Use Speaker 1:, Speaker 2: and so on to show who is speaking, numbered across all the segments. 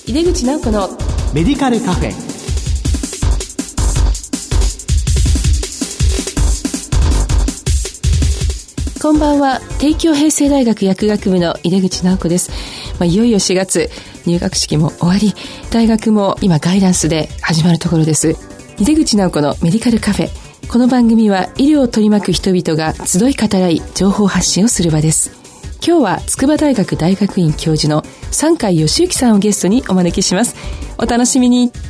Speaker 1: 井出口直子の
Speaker 2: メディカルカフェ。
Speaker 1: こんばんは。帝京平成大学薬学部の井出口直子です。いよいよ4月入学式も終わり、大学も今ガイダンスで始まるところです。井出口直子のメディカルカフェ。この番組は医療を取り巻く人々が集い語らい情報発信をする場です。今日は筑波大学大学院教授の三海義行さんをゲストにお招きします。お楽しみに。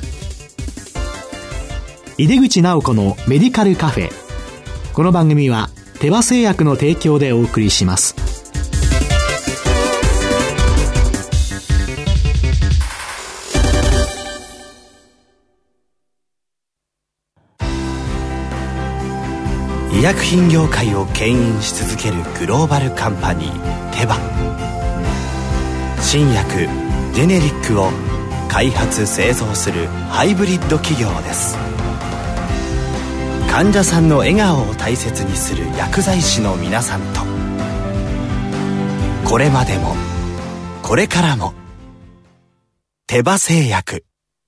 Speaker 2: 井出口直子のメディカルカフェ。この番組は手羽製薬の提供でお送りします。
Speaker 3: 医薬品業界を牽引し続けるグローバルカンパニーテバ。新薬ジェネリックを開発製造するハイブリッド企業です。患者さんの笑顔を大切にする薬剤師の皆さんと、これまでもこれからもテバ製薬。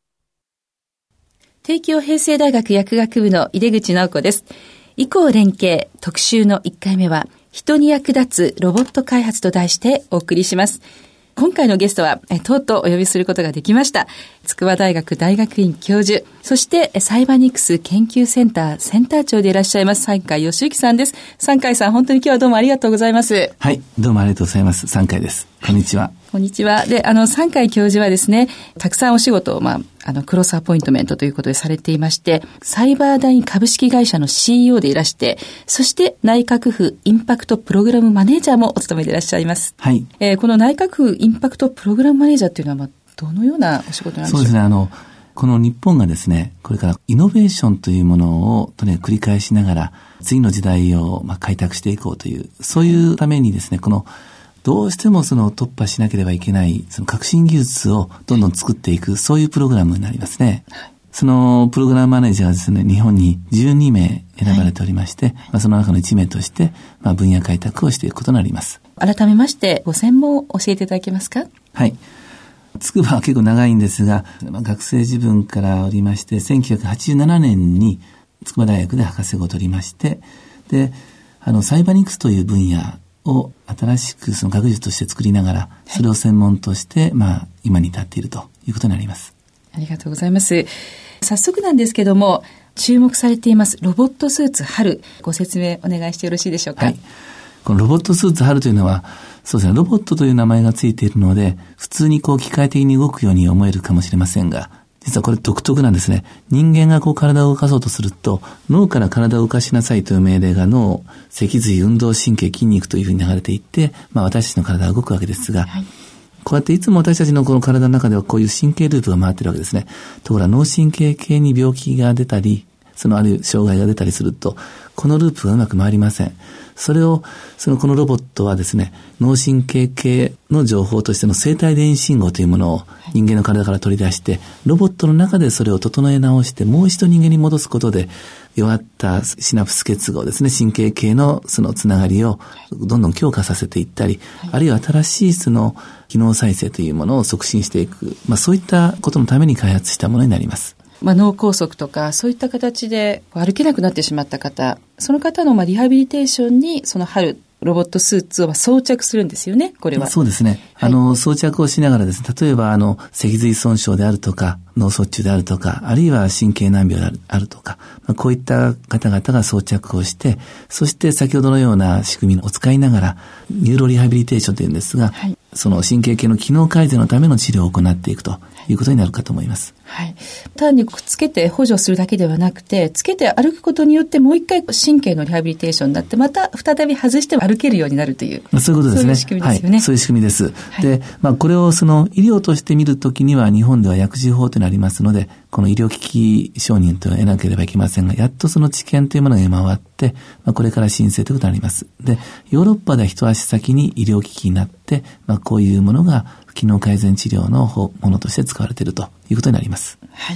Speaker 1: 帝京平成大学薬学部の井出口直子です。医工連携特集の1回目は、人に役立つロボット開発と題してお送りします。今回のゲストはとうとうお呼びすることができました。筑波大学大学院教授、そしてサイバニクス研究センターセンター長でいらっしゃいます三海義行さんです。三海さん、本当に今日はどうもありがとうございます。
Speaker 4: はい、どうもありがとうございます。三海です。こんにちは。
Speaker 1: こんにちは。で、三海教授はですね、たくさんお仕事を、クロスアポイントメントということでされていまして、サイバーダイン株式会社の CEO でいらして、そして内閣府インパクトプログラムマネージャーもお務めでいらっしゃいます。
Speaker 4: はい。
Speaker 1: この内閣府インパクトプログラムマネージャーというのは、どのようなお仕事なんでしょうか？
Speaker 4: そうですね。この日本がですね、これからイノベーションというものをとにかく繰り返しながら、次の時代を開拓していこうという、そういうためにですね、どうしても突破しなければいけない革新技術をどんどん作っていく、そういうプログラムになりますね。そのプログラムマネージャーはですね、日本に12名選ばれておりまして、その中の1名として、分野開拓をしていくことになります。
Speaker 1: 改めましてご専門を教えていただけますか？
Speaker 4: はい。筑波は結構長いんですが、学生時分からおりまして、1987年に筑波大学で博士号を取りまして、で、サイバニクスという分野を新しく学術として作りながら、それを専門として、今に至っているということになります。
Speaker 1: ありがとうございます。早速なんですけども、注目されていますロボットスーツ春、ご説明お願いしてよろしいでしょうか？
Speaker 4: はい。このロボットスーツ春というのは、そうですね、ロボットという名前がついているので、普通に機械的に動くように思えるかもしれませんが、実はこれ独特なんですね。人間が体を動かそうとすると、脳から体を動かしなさいという命令が脳、脊髄、運動神経、筋肉というふうに流れていって、私たちの体が動くわけですが、こうやっていつも私たちのこの体の中ではこういう神経ループが回っているわけですね。ところが脳神経系に病気が出たり、ある障害が出たりすると、このループがうまく回りません。それを、このロボットはですね、脳神経系の情報としての生体電子信号というものを人間の体から取り出して、ロボットの中でそれを整え直して、もう一度人間に戻すことで、弱ったシナプス結合ですね、神経系のつながりをどんどん強化させていったり、あるいは新しい機能再生というものを促進していく、そういったことのために開発したものになります。
Speaker 1: 脳梗塞とかそういった形で歩けなくなってしまった方、その方のリハビリテーションに春ロボットスーツを装着するんですよね、これは。
Speaker 4: そうですね。装着をしながらですね、例えば脊髄損傷であるとか、脳卒中であるとか、あるいは神経難病であるとか、こういった方々が装着をして、そして先ほどのような仕組みを使いながら、ニューロリハビリテーションというんですが、神経系の機能改善のための治療を行っていくということになるかと思います。
Speaker 1: はい。単につけて補助するだけではなくて、つけて歩くことによってもう一回神経のリハビリテーションになって、また再び外して歩けるようになるという。
Speaker 4: そういうことですね。
Speaker 1: そういう仕組みですよね。
Speaker 4: はい。そういう仕組みです。で、これを医療として見るときには日本では薬事法となりますので、この医療機器承認というのを得なければいけませんが、やっと治験というものが回って、これから申請ということになります。で、ヨーロッパでは一足先に医療機器になって、こういうものが機能改善治療のものとして使われているということになります。
Speaker 1: はい。あり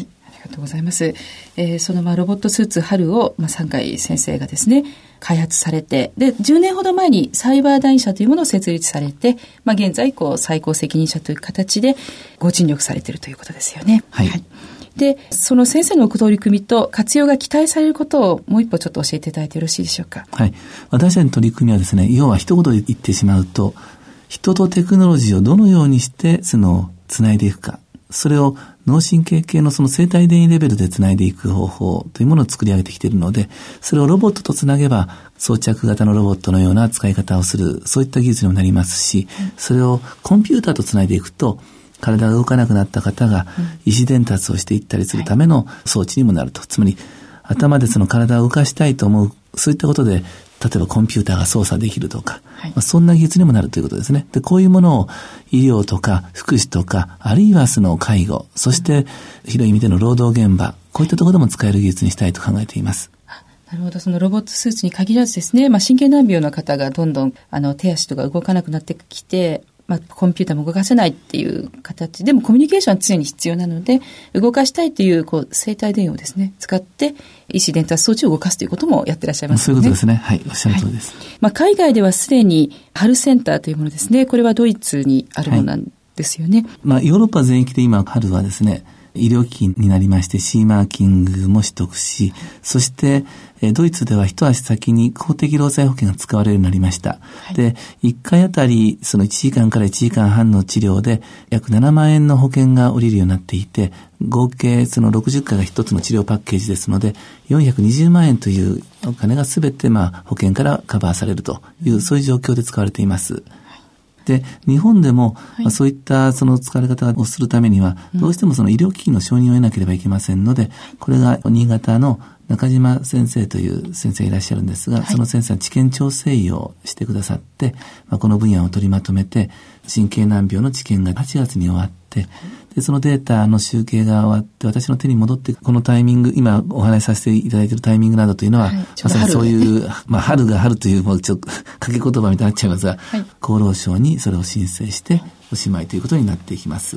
Speaker 1: りがとうございます。そのロボットスーツ春を三海先生がですね開発されて、で10年ほど前にサイバーダイン社というものを設立されて、現在最高責任者という形でご尽力されているということですよね。
Speaker 4: はい。
Speaker 1: でその先生の取り組みと活用が期待されることをもう一歩ちょっと教えていただいてよろしいでしょうか。
Speaker 4: はい。私たちの取り組みはですね、要は一言で言ってしまうと、人とテクノロジーをどのようにしてつないでいくか、それを脳神経系のその生体電位レベルでつないでいく方法というものを作り上げてきているので、それをロボットとつなげば装着型のロボットのような使い方をする、そういった技術にもなりますし、それをコンピューターとつないでいくと、体が動かなくなった方が意思伝達をしていったりするための装置にもなると。つまり頭でその体を動かしたいと思う、そういったことで例えばコンピューターが操作できるとか、そんな技術にもなるということですね。で、こういうものを医療とか福祉とか、あるいは介護、そして広い意味での労働現場、こういったところでも使える技術にしたいと考えています。
Speaker 1: なるほど。そのロボットスーツに限らずですね、神経難病の方がどんどん手足とか動かなくなってきて、コンピューターも動かせないっていう形でもコミュニケーションは常に必要なので、動かしたいという生体電位をですね使って意思伝達装置を動かすということもやってらっしゃいますよね。
Speaker 4: そういうことですね。はい、おっしゃる通りです。
Speaker 1: 海外ではすでにHALセンターというものですね。これはドイツにあるものなんですよね。
Speaker 4: ヨーロッパ全域で今HALはですね、医療機器になりまして C マーキングも取得し、そしてドイツでは一足先に公的労災保険が使われるようになりました。で、1回あたりその1時間から1時間半の治療で約7万円の保険が下りるようになっていて、合計その60回が一つの治療パッケージですので、420万円というお金がすべて保険からカバーされるという、そういう状況で使われています。で、日本でも、そういった使われ方をするためには、どうしてもその医療機器の承認を得なければいけませんので、これが新潟の中島先生という先生がいらっしゃるんですが、その先生は治験調整医をしてくださって、この分野を取りまとめて、神経難病の治験が8月に終わって、で、そのデータの集計が終わって、私の手に戻って、このタイミング、今お話しさせていただいているタイミングなどというのは、まさにそういう、春が春という、もうちょっと掛け言葉みたいになっちゃいますが、厚労省にそれを申請して、おしまいということになっていきます。
Speaker 1: はい、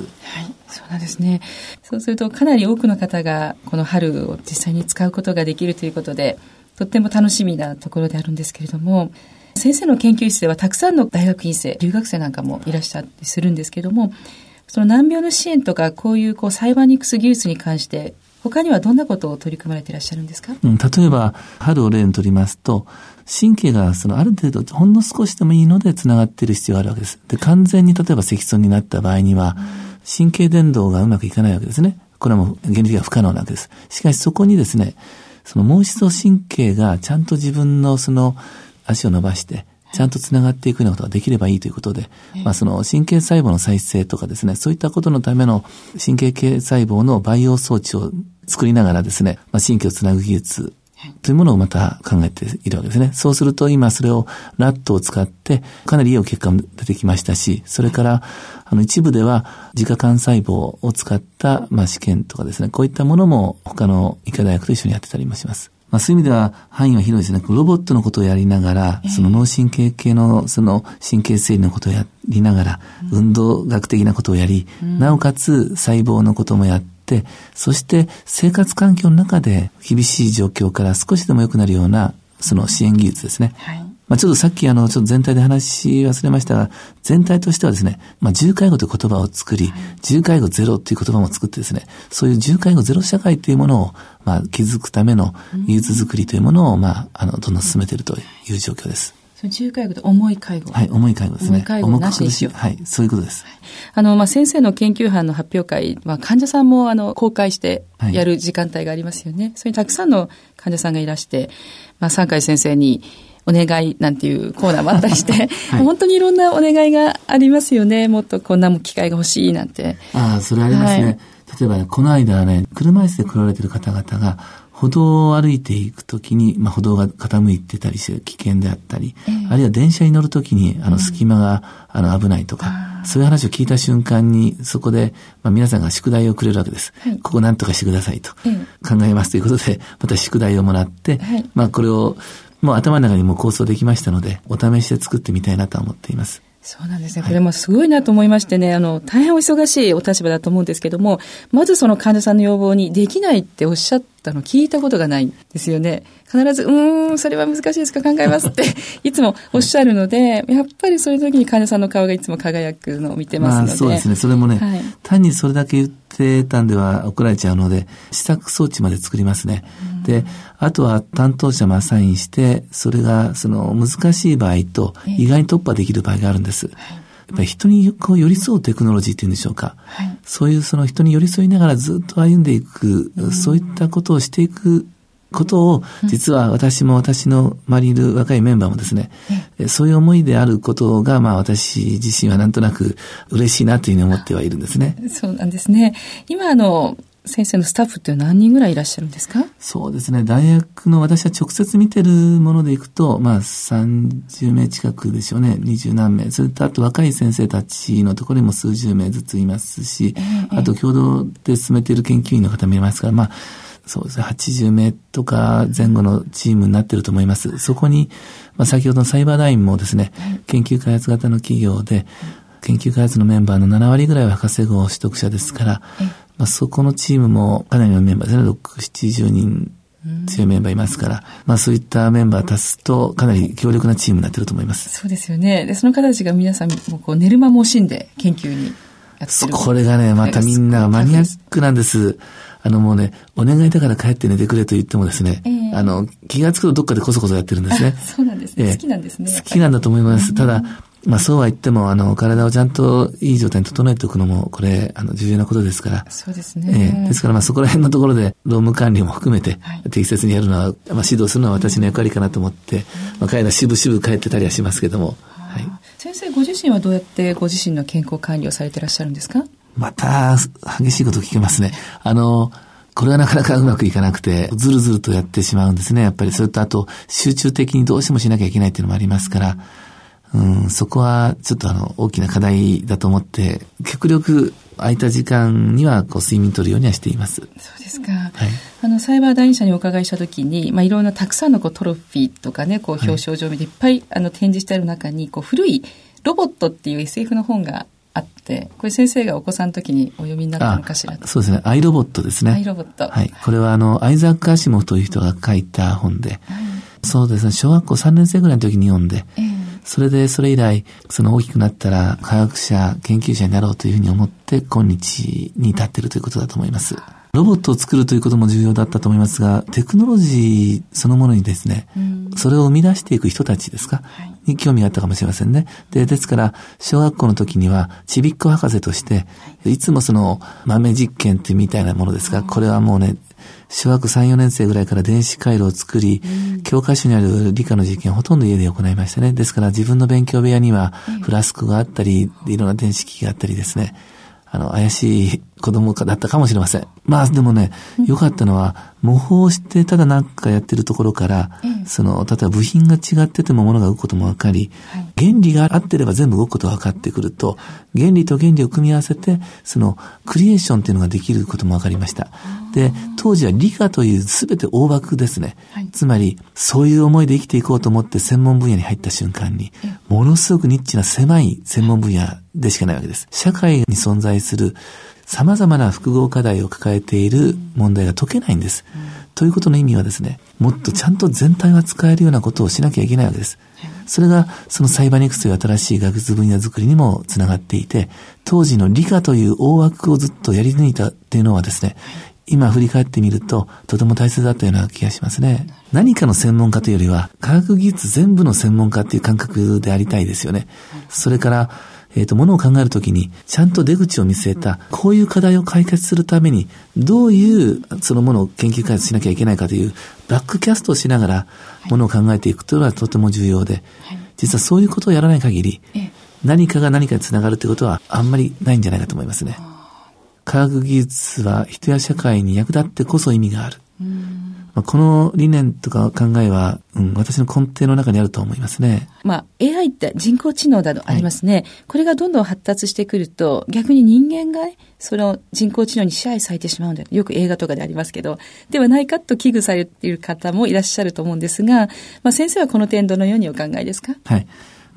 Speaker 1: そうなんですね。そうするとかなり多くの方がこの春を実際に使うことができるということで、とっても楽しみなところであるんですけれども、先生の研究室ではたくさんの大学院生、留学生なんかもいらっしゃったりするんですけれども、その難病の支援とかこういうサイバーニクス技術に関して他にはどんなことを取り組まれていらっしゃるんですか？
Speaker 4: 例えば春を例にとりますと、神経がある程度ほんの少しでもいいのでつながっている必要があるわけです。で、完全に例えば積損になった場合には、神経伝導がうまくいかないわけですね。これはもう原理的には不可能なわけです。しかしそこにですね、その毛質神経がちゃんと自分の足を伸ばしてちゃんとつながっていくようなことができればいいということで、その神経細胞の再生とかですね、そういったことのための神経系細胞の培養装置を作りながらですね、神経をつなぐ技術というものをまた考えているわけですね。そうすると今それをラットを使ってかなりいい結果も出てきましたし、それから一部では自家幹細胞を使った試験とかですね、こういったものも他の医科大学と一緒にやってたりもします。そういう意味では範囲は広いですね。ロボットのことをやりながら、その脳神経系の神経整理のことをやりながら、運動学的なことをやり、なおかつ細胞のこともやって、そして生活環境の中で厳しい状況から少しでも良くなるような支援技術ですね。ちょっとさっきちょっと全体で話し忘れましたが、全体としてはですね、重介護という言葉を作り、重介護ゼロという言葉も作ってですね、そういう重介護ゼロ社会というものを築くための技術作りというものをどんどん進めているという状況です。
Speaker 1: 重介護と重い介護。
Speaker 4: はい、重い介護ですね。
Speaker 1: 重い介護なしにしよう。
Speaker 4: はい、そういうことです。
Speaker 1: 先生の研究班の発表会は患者さんも公開してやる時間帯がありますよね。それにたくさんの患者さんがいらして、三海先生にお願いなんていうコーナーもあったりして、本当にいろんなお願いがありますよね。もっとこんな機会が欲しいなんて。
Speaker 4: それありますね。例えばこの間ね、車椅子で来られている方々が歩道を歩いていくときに、歩道が傾いてたりして危険であったり、あるいは電車に乗るときに隙間が危ないとか、そういう話を聞いた瞬間にそこで皆さんが宿題をくれるわけです。ここ何とかしてくださいと考えますということで、また宿題をもらって、これをもう頭の中にも構想できましたので、お試しで作ってみたいなと思っています。
Speaker 1: そうなんですね。これもすごいなと思いましてね、大変お忙しいお立場だと思うんですけども、まずその患者さんの要望にできないっておっしゃったの聞いたことがないんですよね。必ず、それは難しいですか、考えますっていつもおっしゃるので、やっぱりそういう時に患者さんの顔がいつも輝くのを見てますので。
Speaker 4: そうですね。それもね、単にそれだけ言ってたんでは怒られちゃうので、試作装置まで作りますね。で、あとは担当者もアサインして、それがその難しい場合と意外に突破できる場合があるんです。やっぱり人にこう寄り添うテクノロジーっていうんでしょうか。そういうその人に寄り添いながらずっと歩んでいく、そういったことをしていくことを、実は私も私の周りにいる若いメンバーもですね、そういう思いであることが、私自身はなんとなく嬉しいなというふうに思ってはいるんですね。
Speaker 1: そうなんですね。今先生のスタッフって何人ぐらいいらっしゃるんですか？
Speaker 4: そうですね。大学の私は直接見てるものでいくと、30名近くでしょうね。20何名。それとあと若い先生たちのところにも数十名ずついますし、あと共同で進めている研究員の方もいますから、そうですね。80名とか前後のチームになっていると思います。そこに、先ほどのサイバーダインもですね、研究開発型の企業で、研究開発のメンバーの7割ぐらいは博士号取得者ですから、そこのチームもかなりのメンバーですね。6、70人強いメンバーいますから、そういったメンバー足すとかなり強力なチームになっていると思います。
Speaker 1: そうですよね。で、その方たちが皆さんも寝る間も惜しんで研究にやってる。
Speaker 4: これがね、またみんながマニアックなんです。もうね、お願いだから帰って寝てくれと言ってもですね、気がつくとどっかでこそこそやってるんですね。
Speaker 1: そうなんですね。好きなんですね。
Speaker 4: 好きなんだと思います。ただ、そうは言っても、体をちゃんといい状態に整えておくのも、これ、重要なことですから。
Speaker 1: そうですね。
Speaker 4: ですから、そこら辺のところで、労務管理も含めて、適切にやるのは、指導するのは私の役割かなと思って、彼ら渋々帰ってたりはしますけども。
Speaker 1: 先生、ご自身はどうやってご自身の健康管理をされていらっしゃるんですか？
Speaker 4: また、激しいこと聞けますね。これはなかなかうまくいかなくて、ずるずるとやってしまうんですね。やっぱり、それとあと、集中的にどうしてもしなきゃいけないっていうのもありますから、そこはちょっと大きな課題だと思って、極力空いた時間には睡眠取るようにはしています。
Speaker 1: そうですか。サイバーダイン社にお伺いしたときに、いろんなたくさんのトロフィーとかね、表彰状でいっぱい展示してある中に、古いロボットっていう SF の本があって、これ先生がお子さんの時にお読みになったのかしら。
Speaker 4: そうですね。アイロボットですね。
Speaker 1: アイロボット。
Speaker 4: これはアイザック・アシモフという人が書いた本で、そうですね。小学校3年生ぐらいの時に読んで、それ以来、大きくなったら科学者、研究者になろうというふうに思って今日に至っているということだと思います。ロボットを作るということも重要だったと思いますが、テクノロジーそのものにですね、それを生み出していく人たちですか、に興味があったかもしれませんね。ですから、小学校の時には、ちびっこ博士として、いつも豆実験ってみたいなものですが、これはもうね、小学3、4年生ぐらいから電子回路を作り、教科書にある理科の実験をほとんど家で行いましたね。ですから自分の勉強部屋にはフラスコがあったり、いろんな電子機器があったりですね。怪しい子供だったかもしれません。でもね、良かったのは、模倣してただなんかやってるところから、例えば部品が違ってても物が動くことも分かり、原理が合ってれば全部動くことが分かってくると、原理と原理を組み合わせて、クリエーションっていうのができることも分かりました。で、当時は理科という全て大枠ですね。つまり、そういう思いで生きていこうと思って専門分野に入った瞬間に、ものすごくニッチな狭い専門分野でしかないわけです。社会に存在する様々な複合課題を抱えている問題が解けないんです。ということの意味はですね、もっとちゃんと全体が使えるようなことをしなきゃいけないわけです。それがサイバニクスという新しい学術分野づくりにもつながっていて、当時の理科という大枠をずっとやり抜いたっていうのはですね、今振り返ってみるととても大切だったような気がしますね。何かの専門家というよりは科学技術全部の専門家っていう感覚でありたいですよね。それからものを考えるときにちゃんと出口を見据えた、こういう課題を解決するためにどういうものを研究開発しなきゃいけないかというバックキャストをしながらものを考えていくというのはとても重要で、実はそういうことをやらない限り何かが何かにつながるということはあんまりないんじゃないかと思いますね。科学技術は人や社会に役立ってこそ意味がある。この理念とか考えは、私の根底の中にあると思いますね。
Speaker 1: AI って人工知能などありますね。これがどんどん発達してくると、逆に人間がその人工知能に支配されてしまうんだ。よく映画とかでありますけど、ではないかと危惧されている方もいらっしゃると思うんですが、先生はこの点どのようにお考えですか？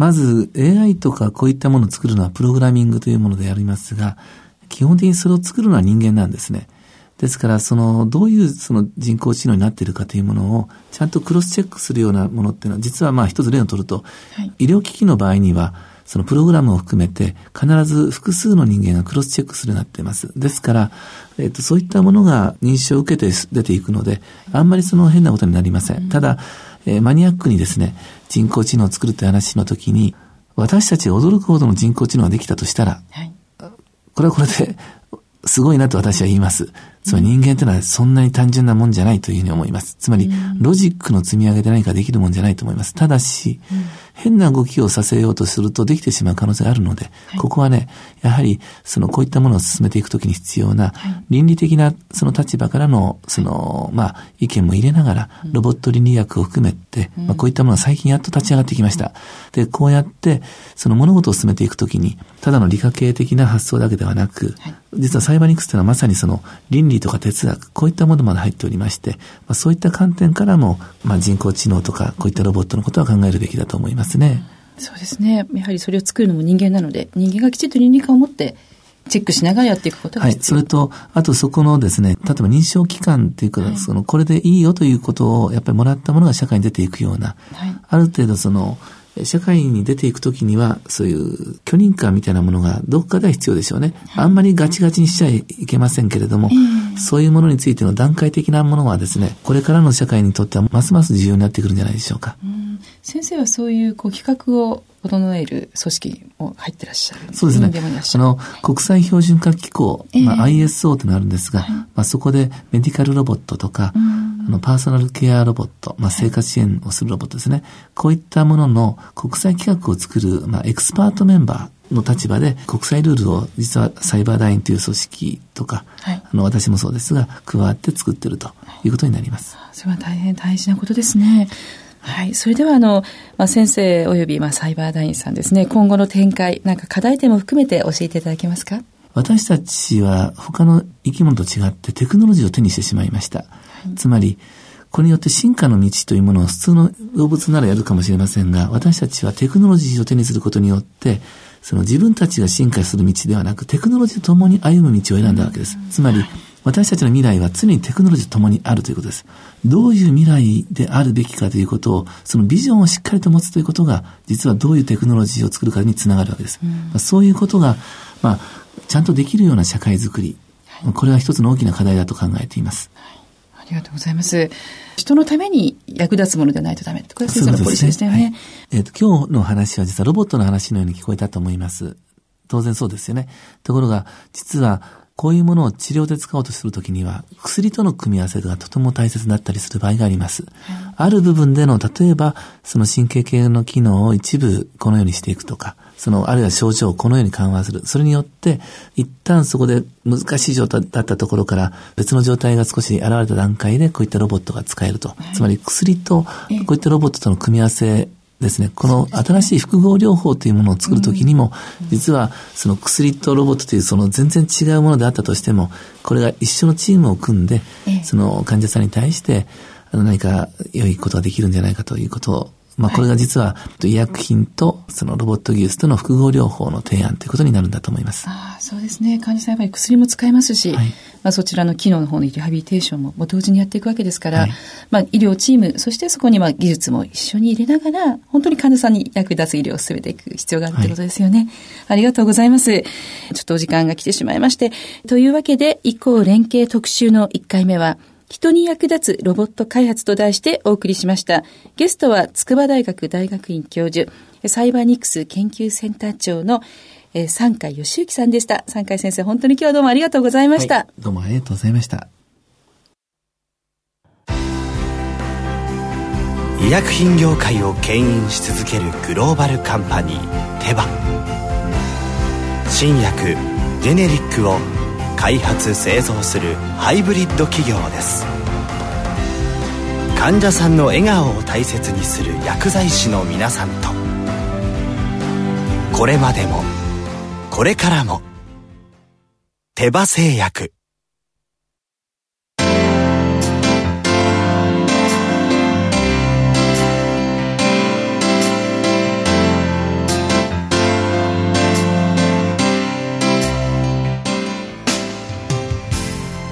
Speaker 4: まず AI とかこういったものを作るのはプログラミングというものでありますが、基本的にそれを作るのは人間なんですね。ですから、どういう人工知能になっているかというものをちゃんとクロスチェックするようなものっていうのは、実は一つ例を取ると、医療機器の場合には、そのプログラムを含めて必ず複数の人間がクロスチェックするようになっています。ですから、そういったものが認証を受けて出ていくので、あんまり変なことになりません。ただ、マニアックにですね、人工知能を作るという話の時に、私たちが驚くほどの人工知能ができたとしたら、これはこれですごいなと私は言います。つまり人間というのはそんなに単純なもんじゃないというふうに思います。つまりロジックの積み上げで何かできるもんじゃないと思います。ただし、変な動きをさせようとするとできてしまう可能性があるので、ここはね、やはりこういったものを進めていくときに必要な倫理的な立場からの意見も入れながら、ロボット倫理学を含めて、こういったものが最近やっと立ち上がってきました。で、こうやって物事を進めていくときに、ただの理科系的な発想だけではなく、実はサイバニクスというのはまさに倫理とか哲学、こういったものまで入っておりまして、そういった観点からも、人工知能とかこういったロボットのことは考えるべきだと思いますね。
Speaker 1: そうですね。やはりそれを作るのも人間なので、人間がきちっと倫理観を持ってチェックしながらやっていくことが必要。
Speaker 4: それと、あとそこのですね、例えば認証機関っていうか、これでいいよということをやっぱりもらったものが社会に出ていくような、ある程度社会に出ていくときには、そういう許認可みたいなものがどっかでは必要でしょうね。あんまりガチガチにしちゃいけませんけれども、そういうものについての段階的なものはですね、これからの社会にとってはますます重要になってくるんじゃないでしょうか。
Speaker 1: 先生はそういう企画を整える組織も入ってらっしゃる。
Speaker 4: そうですね。国際標準化機構、ISO というのがあるんですが、そこでメディカルロボットとか、パーソナルケアロボット、生活支援をするロボットですね。こういったものの国際規格を作る、エクスパートメンバーの立場で国際ルールを実はサイバーダインという組織とか、私もそうですが加わって作っているということになります。
Speaker 1: それは大変大事なことですね。はい。それでは先生およびサイバーダインさんですね、今後の展開、課題点も含めて教えていただけますか？
Speaker 4: 私たちは他の生き物と違ってテクノロジーを手にしてしまいました。つまり、これによって進化の道というものを普通の動物ならやるかもしれませんが、私たちはテクノロジーを手にすることによって、自分たちが進化する道ではなく、テクノロジーと共に歩む道を選んだわけです。つまり、私たちの未来は常にテクノロジーと共にあるということです。どういう未来であるべきかということを、そのビジョンをしっかりと持つということが、実はどういうテクノロジーを作るかにつながるわけです。そういうことが、ちゃんとできるような社会づくり、これは一つの大きな課題だと考えています。
Speaker 1: ありがとうございます。人のために役立つものでないとダメ。これは先生のポリシーでしたよね。
Speaker 4: 今日の話は実はロボットの話のように聞こえたと思います。当然そうですよね。ところが、実はこういうものを治療で使おうとするときには、薬との組み合わせがとても大切だったりする場合があります。ある部分での、例えば、神経系の機能を一部このようにしていくとか、あるいは症状をこのように緩和する。それによって、一旦そこで難しい状態だったところから、別の状態が少し現れた段階で、こういったロボットが使えると。つまり薬と、こういったロボットとの組み合わせですね。この新しい複合療法というものを作るときにも、実は薬とロボットという全然違うものであったとしても、これが一緒のチームを組んで、患者さんに対して何か良いことができるんじゃないかということを、これが実は医薬品とロボット技術との複合療法の提案ということになるんだと思います。
Speaker 1: そうですね。患者さんやっぱり薬も使えますし、そちらの機能の方のリハビリテーションも同時にやっていくわけですから、医療チーム、そしてそこに技術も一緒に入れながら、本当に患者さんに役立つ医療を進めていく必要があるということですよね。ありがとうございます。ちょっとお時間が来てしまいまして、というわけで、移行連携特集の1回目は、人に役立つロボット開発と題してお送りしました。ゲストは筑波大学大学院教授、サイバーニクス研究センター長の三海義行さんでした。三海先生、本当に今日はどうもありがとうございました。
Speaker 4: どうもありがとうございました。
Speaker 3: 医薬品業界を牽引し続けるグローバルカンパニーテバ。新薬ジェネリックを開発製造するハイブリッド企業です。患者さんの笑顔を大切にする薬剤師の皆さんと、これまでもこれからもテバ製薬。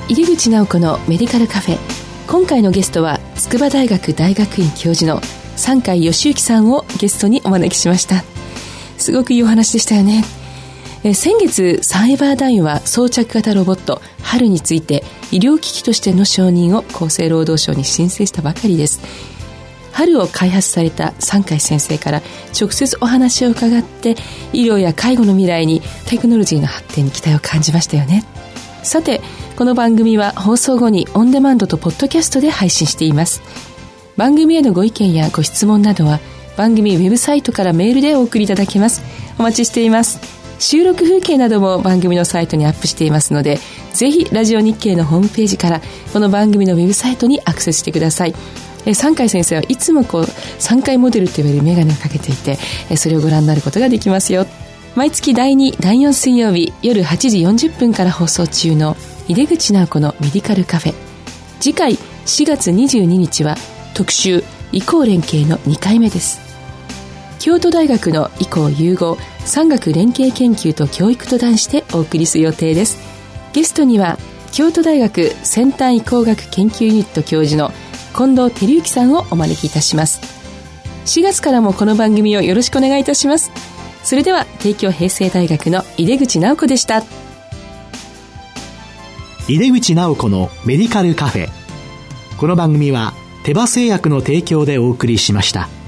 Speaker 1: 井出口直子のメディカルカフェ。今回のゲストは筑波大学大学院教授の三海義行さんをゲストにお招きしました。すごくいいお話でしたよね。先月サイバーダインは装着型ロボット春について医療機器としての承認を厚生労働省に申請したばかりです。春を開発された三海先生から直接お話を伺って、医療や介護の未来にテクノロジーの発展に期待を感じましたよね。さて、この番組は放送後にオンデマンドとポッドキャストで配信しています。番組へのご意見やご質問などは番組ウェブサイトからメールでお送りいただけます。お待ちしています。収録風景なども番組のサイトにアップしていますので、ぜひラジオ日経のホームページからこの番組のウェブサイトにアクセスしてください。三海先生はいつも3回モデルといわれるメガネをかけていて、それをご覧になることができますよ。毎月第2、第4水曜日夜8時40分から放送中の井出口直子のメディカルカフェ。次回4月22日は特集移行連携の2回目です。京都大学の移行融合産学連携研究と教育と題してお送りする予定です。ゲストには京都大学先端移行学研究ユニット教授の近藤照之さんをお招きいたします。4月からもこの番組をよろしくお願いいたします。それでは帝京平成大学の井出口直子でした。
Speaker 2: 井出口直子のメディカルカフェ。この番組は手羽製薬の提供でお送りしました。